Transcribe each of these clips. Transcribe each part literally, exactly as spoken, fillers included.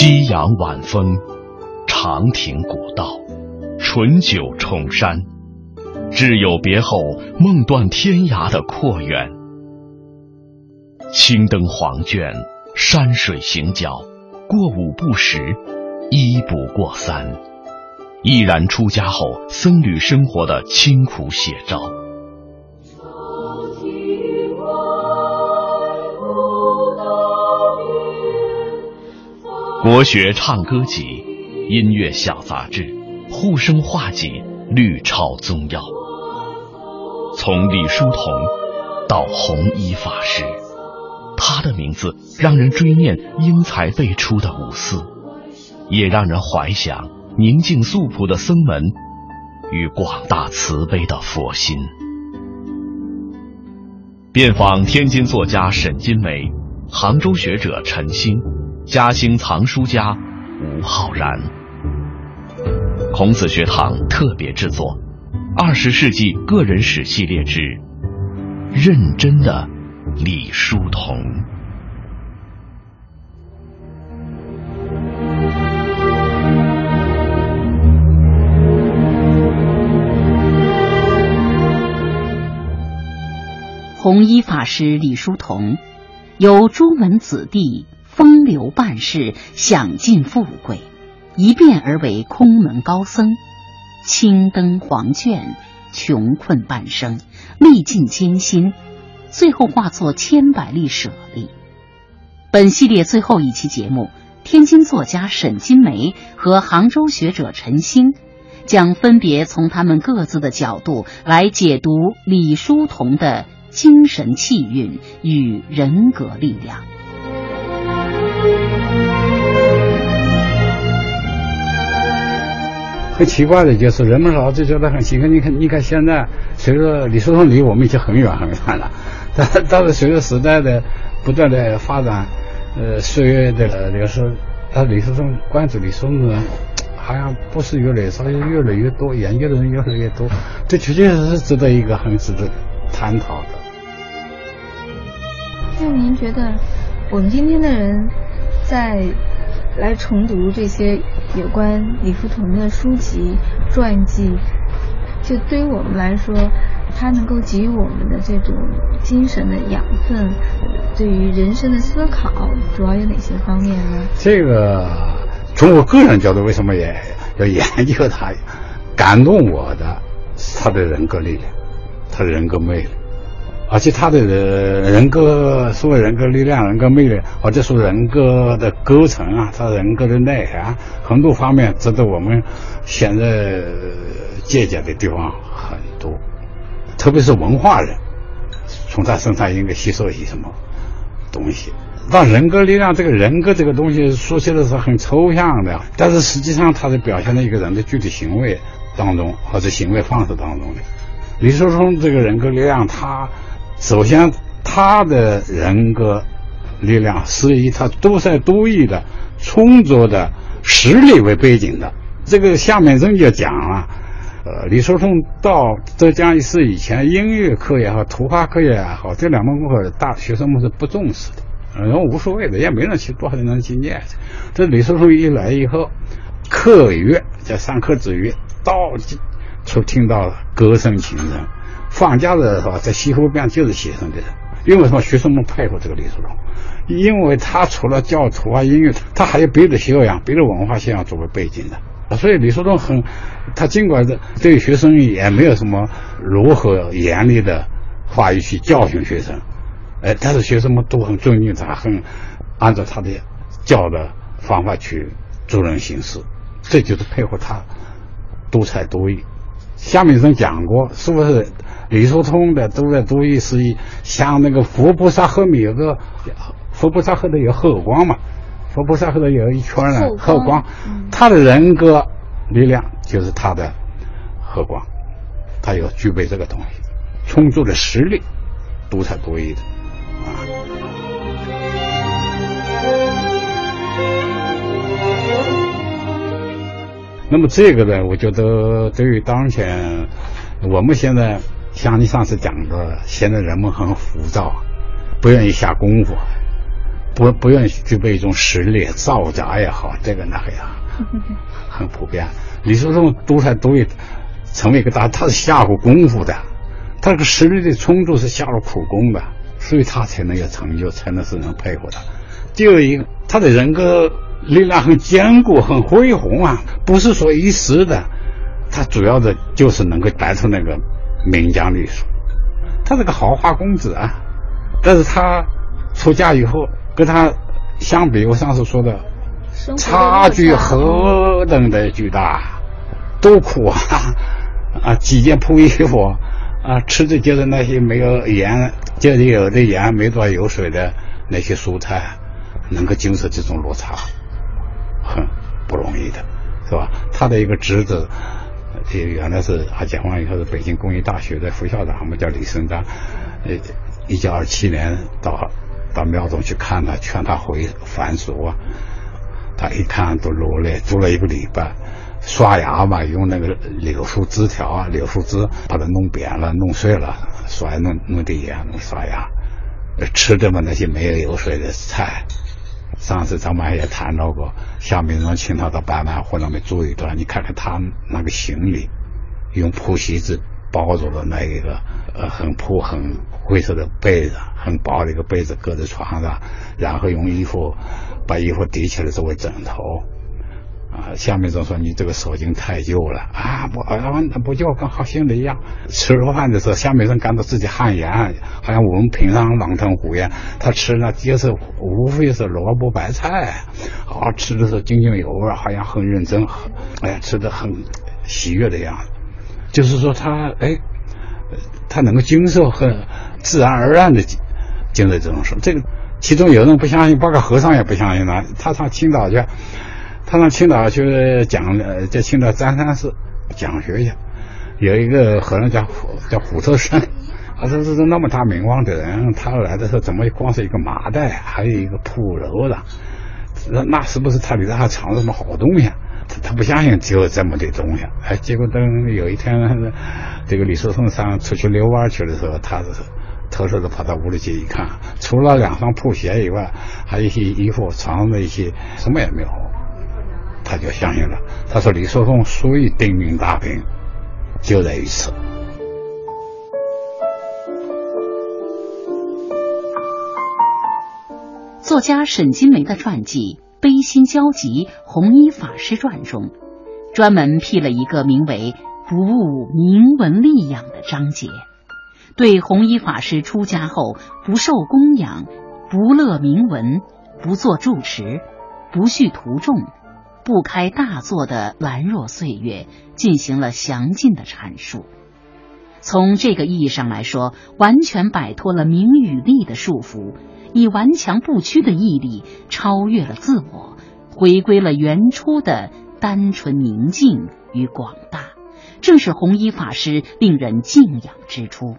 夕阳晚风，长亭古道，醇酒重山，挚友别后，梦断天涯的阔远。青灯黄卷，山水行脚，过五不十，一不过三，毅然出家后僧侣生活的清苦写照。国学唱歌集、音乐小杂志、护生画集、律抄宗要，从李叔同到弘一法师，他的名字让人追念英才辈出的五四，也让人怀想宁静素朴的僧门与广大慈悲的佛心。遍访天津作家沈金梅，杭州学者陈兴，嘉兴藏书家吴浩然。孔子学堂特别制作二十世纪个人史系列之认真的李叔同。 弘一法师李叔同，由朱门子弟，风流办事，享尽富贵，一变而为空门高僧，青灯黄卷，穷困半生，历尽艰辛，最后化作千百粒舍利。本系列最后一期节目，天津作家沈金梅和杭州学者陈兴将分别从他们各自的角度来解读李叔同的精神气韵与人格力量。 很奇怪的就是，人们老是觉得很奇怪。你看，你看现在随着李叔同离我们已经很远很远了，但但是随着时代的不断的发展，呃，岁月的流逝，他李叔同关注李叔同的人好像不是越来越少，越来越多，研究的人越来越多，这确确实实值得一个很值得探讨的。 那您觉得我们今天的人在来重读这些有关李叔同的书籍传记，就对于我们来说，它能够给予我们的这种精神的养分，对于人生的思考主要有哪些方面呢？ 这个从我个人角度，为什么也要研究它，感动我的是他的人格力量，他的人格魅力，而且他的人格，所谓人格力量、人格魅力，或者说人格的构成啊，他人格的内涵，很多方面值得我们现在借鉴的地方很多，特别是文化人，从他身上应该吸收一些什么东西。但人格力量，这个人格这个东西说起来是很抽象的，但是实际上它是表现在一个人的具体行为当中，或者行为方式当中的。李叔同这个人格力量，他首先他的人格力量是以他多才多艺的充足的实力为背景的。这个下面人就讲了，呃，李叔同到浙江一世以前，音乐课也好，图画课也好，这两门功课大学生们是不重视的，然后无所谓的，也没人去多少人去念。这李叔同一来以后，课余在上课之余，到处听到歌声琴声。放假的时候，在西湖边就是写生的人。因为什么？学生们佩服这个李叔同，因为他除了教图画音乐，他还有别的修养、别的文化修养作为背景的。所以李叔同很，他尽管对学生也没有什么如何严厉的话语去教训学生，哎，但是学生们都很尊敬他，很按照他的教的方法去做人行事，这就是佩服他多才多艺。下面人讲过，是不是李叔同的多才多艺是像那个佛菩萨后面有个佛菩萨后头有后光嘛？佛菩萨后头有一圈人后光，他的人格力量就是他的后光，他有具备这个东西，充足的实力，多才多艺的啊。那么这个呢，我觉得对于当前我们现在像你上次讲的，现在人们很浮躁，不愿意下功夫，不不不愿意具备一种实力，造假也好，这个那个呀，很普遍。李叔同独裁独立成为一个大，他是下过功夫的，他这个实力的充足是下了苦功的，所以他才能有成就，才能是人佩服他。第二一个，他的人格力量很坚固，很恢宏啊，不是说一时的。他主要的就是能够摆出那个名将律术，他是个豪华公子啊，但是他出家以后跟他相比，我上次说的差距何等的巨大，多苦啊啊！几件铺衣服啊，吃的就是那些没有盐，就是有的盐没多少油水的那些蔬菜，能够经受这种落差，很不容易的，是吧？他的一个侄子。这原来是他解放以后是北京工艺大学的副校长，我们叫李胜章。呃，一九二七年到到庙中去看他，劝他回凡俗啊。他一看都落泪，住了一个礼拜。刷牙嘛，用那个柳树枝条啊，柳树枝把它弄扁了、弄碎了，刷弄弄地下弄刷牙。吃的嘛那些没有油水的菜。上次咱们也谈到过，夏明忠请他到百万户那边住一段，你看看他那个行李，用铺席子包着的那一个呃很铺很灰色的被子，很薄的一个被子搁在床上，然后用衣服把衣服抵起来作为枕头。啊，夏明忠说你这个手巾太旧了啊，不啊不就跟好新的一样。吃饭的时候，夏明忠感到自己汗颜，好像我们平常狼吞虎咽，他吃呢就是无非是萝卜白菜，啊吃的是津津有味，好像很认真，哎呀吃的很喜悦的样子。就是说他哎，他能够经受很自然而然的经受这种事。这个其中有人不相信，包括和尚也不相信他。他上青岛去。他上青岛去讲，呃，在青岛占山寺讲学去，有一个和尚叫叫虎头生，他说这是那么大名望的人，他来的时候怎么光是一个麻袋，还有一个铺楼的，那那是不是他里头还藏什么好东西？他他不相信只有这么点东西。哎，结果等有一天，这个李叔同上出去遛弯去的时候，他是偷偷的跑到屋里去一看，除了两双布鞋以外，还有一些衣服，床上的一些什么也没有。他就相信了，他说李叔同所以鼎鼎大名就在于此。 作家沈金梅的传记《悲心交集弘一法师传》中，专门辟了一个名为不务名闻利养的章节，对弘一法师出家后不受供养、不乐名闻、不做住持、不续徒众、不开大座的兰若岁月进行了详尽的阐述。从这个意义上来说，完全摆脱了名与利的束缚，以顽强不屈的毅力超越了自我，回归了原初的单纯宁静与广大，正是弘一法师令人敬仰之处。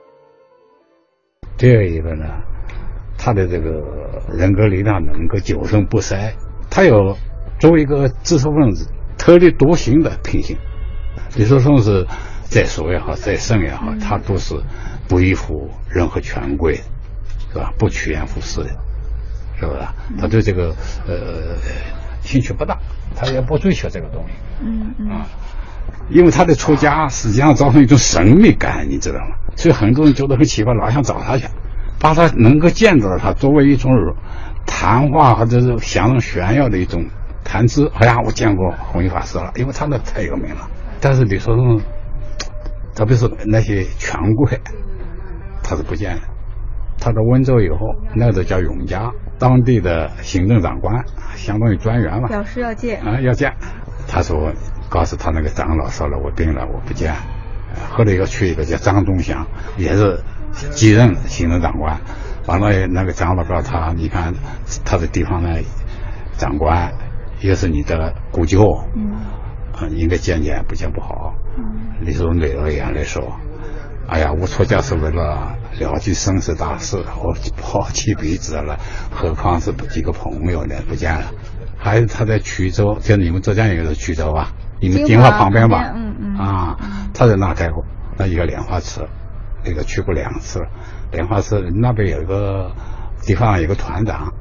第二一个呢，他的这个人格力量能够久盛不衰，他有作为一个知识分子特立独行的品性。李叔同是再俗也好，再圣也好，他都是不依附任何权贵，是吧？不趋炎附势的，是不是？他对这个呃兴趣不大，他也不追求这个东西。 嗯嗯啊，因为他的出家实际上造成一种神秘感，你知道吗？所以很多人觉得很奇怪，老想找他去，把他能够见到他作为一种谈话或者是向人炫耀的一种谈资。哎呀，我见过弘一法师了，因为他那太有名了。但是李叔同，特别是那些权贵，他是不见的。他到温州以后，那个叫永嘉，当地的行政长官，相当于专员嘛， 表示要见啊，要见。他说，告诉他那个长老说了，我病了，我不见。后来又去一个叫张忠祥，也是继任行政长官。完了，那个长老告诉他，你看他的地方的长官，也是你的故旧，嗯，啊，应该见见，不见不好。嗯，李叔同流了眼泪说，哎呀，我出家是为了了结生死大事，我抛弃彼此了，何况是几个朋友呢？不见了。还是他在衢州，就是你们浙江有个衢州吧，你们金华旁边吧， 嗯嗯啊，他在那待过，那一个莲花池，那个去过两次。莲花池那边有一个地方有个团长，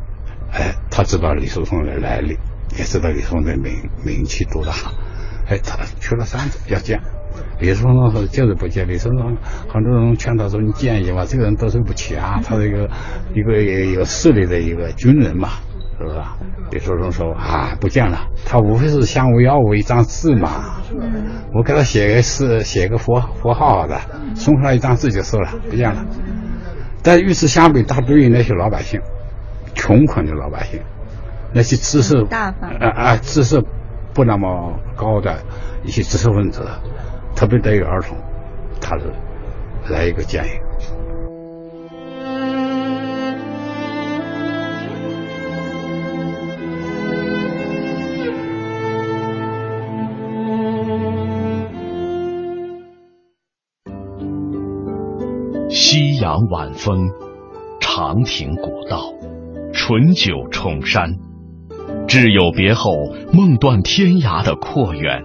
哎，他知道李叔同的来历，也知道李叔同的名名气多大，哎，他去了三次要见。李叔同说就是不见，李叔同很多人劝他说你见一吧，这个人都是不起啊，他是一个一个有势力的一个军人嘛，是不是？李叔同说啊不见了，他无非是向我要我一张字嘛，我给他写个字，写个佛佛号的，送上一张字就是了，不见了。但与此相比，他对于那些老百姓，穷困的老百姓，那些知识大方啊啊知识不那么高的一些知识分子，特别对于儿童，他是来一个建议。 夕阳晚风，长亭古道，醇酒重山，挚友别后，梦断天涯的阔远。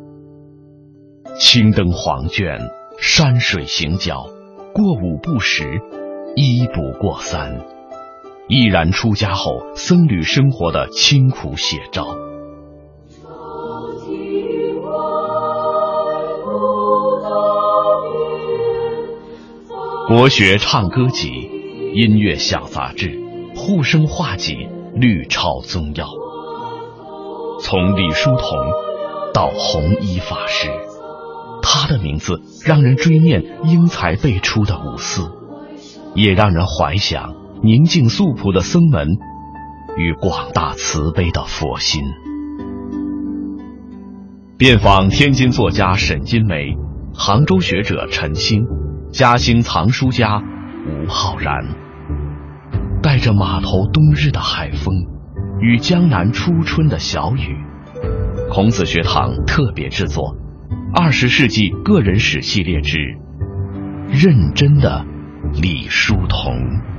青灯黄卷，山水行脚，过五不十，一不过三，毅然出家后僧侣生活的清苦写照。国学唱歌集、音乐小杂志、护生画集、律抄宗要，从李叔同到弘一法师，他的名字让人追念英才辈出的五四，也让人怀想宁静素朴的僧门与广大慈悲的佛心。遍访天津作家沈金梅，杭州学者陈星，嘉兴藏书家吴浩然，带着码头冬日的海风与江南初春的小雨，孔子学堂特别制作二十世纪个人史系列之认真的李叔同。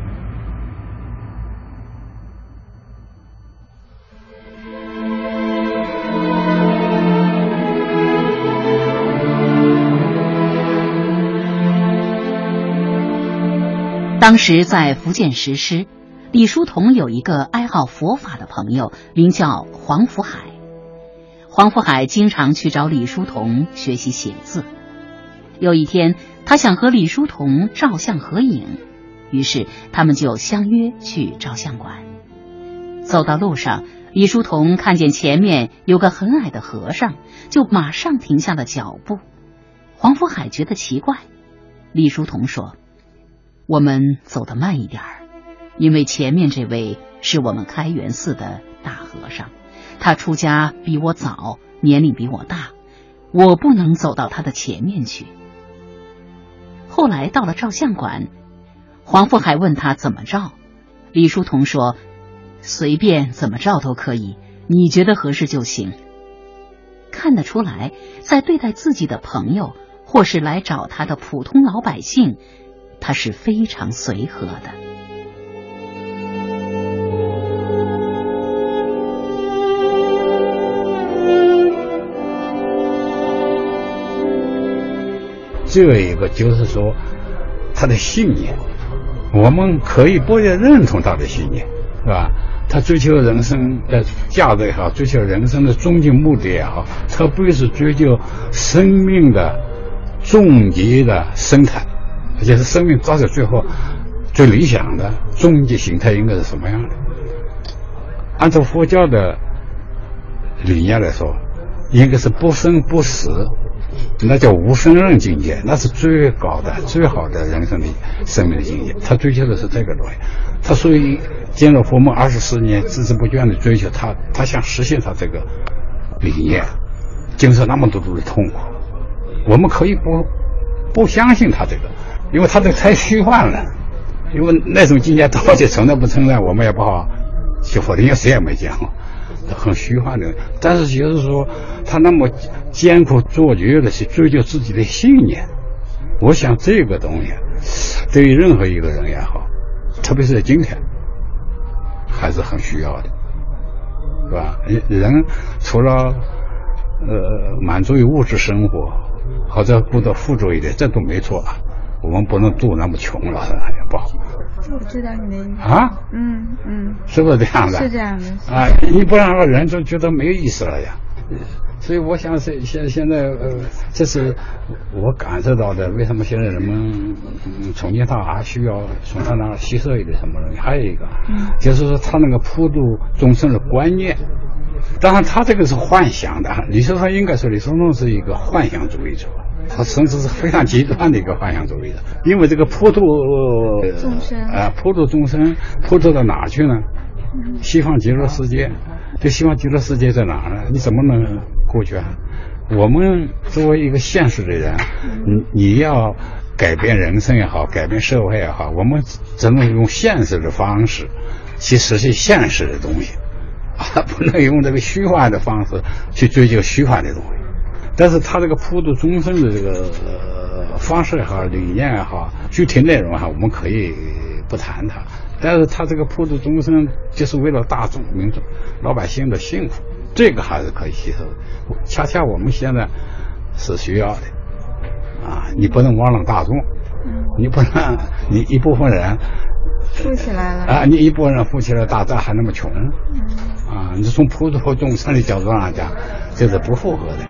当时在福建石狮，李叔同有一个爱好佛法的朋友，名叫黄福海。黄福海经常去找李叔同学习写字。有一天，他想和李叔同照相合影，于是他们就相约去照相馆。走到路上，李叔同看见前面有个很矮的和尚，就马上停下了脚步。黄福海觉得奇怪，李叔同说：“我们走得慢一点儿，因为前面这位是我们开元寺的大和尚，他出家比我早，年龄比我大，我不能走到他的前面去。”后来到了照相馆，黄福海问他怎么照，李叔同说：“随便怎么照都可以，你觉得合适就行。”看得出来，在对待自己的朋友或是来找他的普通老百姓，他是非常随和的。 这一个就是说他的信念，我们可以不认同他的信念，是吧？他追求人生的价值也好，追求人生的终极目的也好，特别是追求生命的终极的生态，而且是生命到最后最理想的终极形态应该是什么样的。按照佛教的理念来说，应该是不生不死，那叫无生论境界，那是最高的最好的人生的生命的境界。他追求的是这个东西，他所以进入佛门二十四年孜孜不倦的追求他，他想实现他这个理念，经受那么多的痛苦。我们可以不不相信他这个，因为他这个太虚幻了，因为那种境界到底存在不存在我们也不好去否定，因为谁也没见过，很虚幻的。但是就是说他那么艰苦卓绝的去追求自己的信念，我想这个东西对于任何一个人也好，特别是在今天还是很需要的，是吧？人除了呃满足于物质生活或者过得富足一点，这都没错啊，我们不能度那么穷了也不好。 我知道你的意思啊， 嗯嗯， 是不是这样的？ 是这样的啊，你不让人就觉得没有意思了呀。所以我想是现现在呃，这是我感受到的。为什么现在人们嗯重庆大还需要从他那儿吸收一点什么东西？还有一个， 嗯， 就是说他那个普度众生的观念。当然，他这个是幻想的。李叔同应该说，李叔同是一个幻想主义者，他甚至是非常极端的一个幻想主义者。因为这个普度众生啊，普度众生，普度到哪去呢？西方极乐世界。这西方极乐世界在哪儿呢？你怎么能过去啊？我们作为一个现实的人，你你要改变人生也好，改变社会也好，我们只能用现实的方式去实现现实的东西，啊，不能用这个虚幻的方式去追求虚幻的东西。但是他这个普度众生的这个、呃、方式也好，理念也好，具体内容也好，我们可以不谈它。但是他这个普度众生，就是为了大众民众老百姓的幸福，这个还是可以吸收的。恰恰我们现在是需要的啊！你不能忘了大众，你不能你一部分人富起来了啊，你一部分人富起来，大家还那么穷啊！你从普度众生的角度上讲，这是不符合的。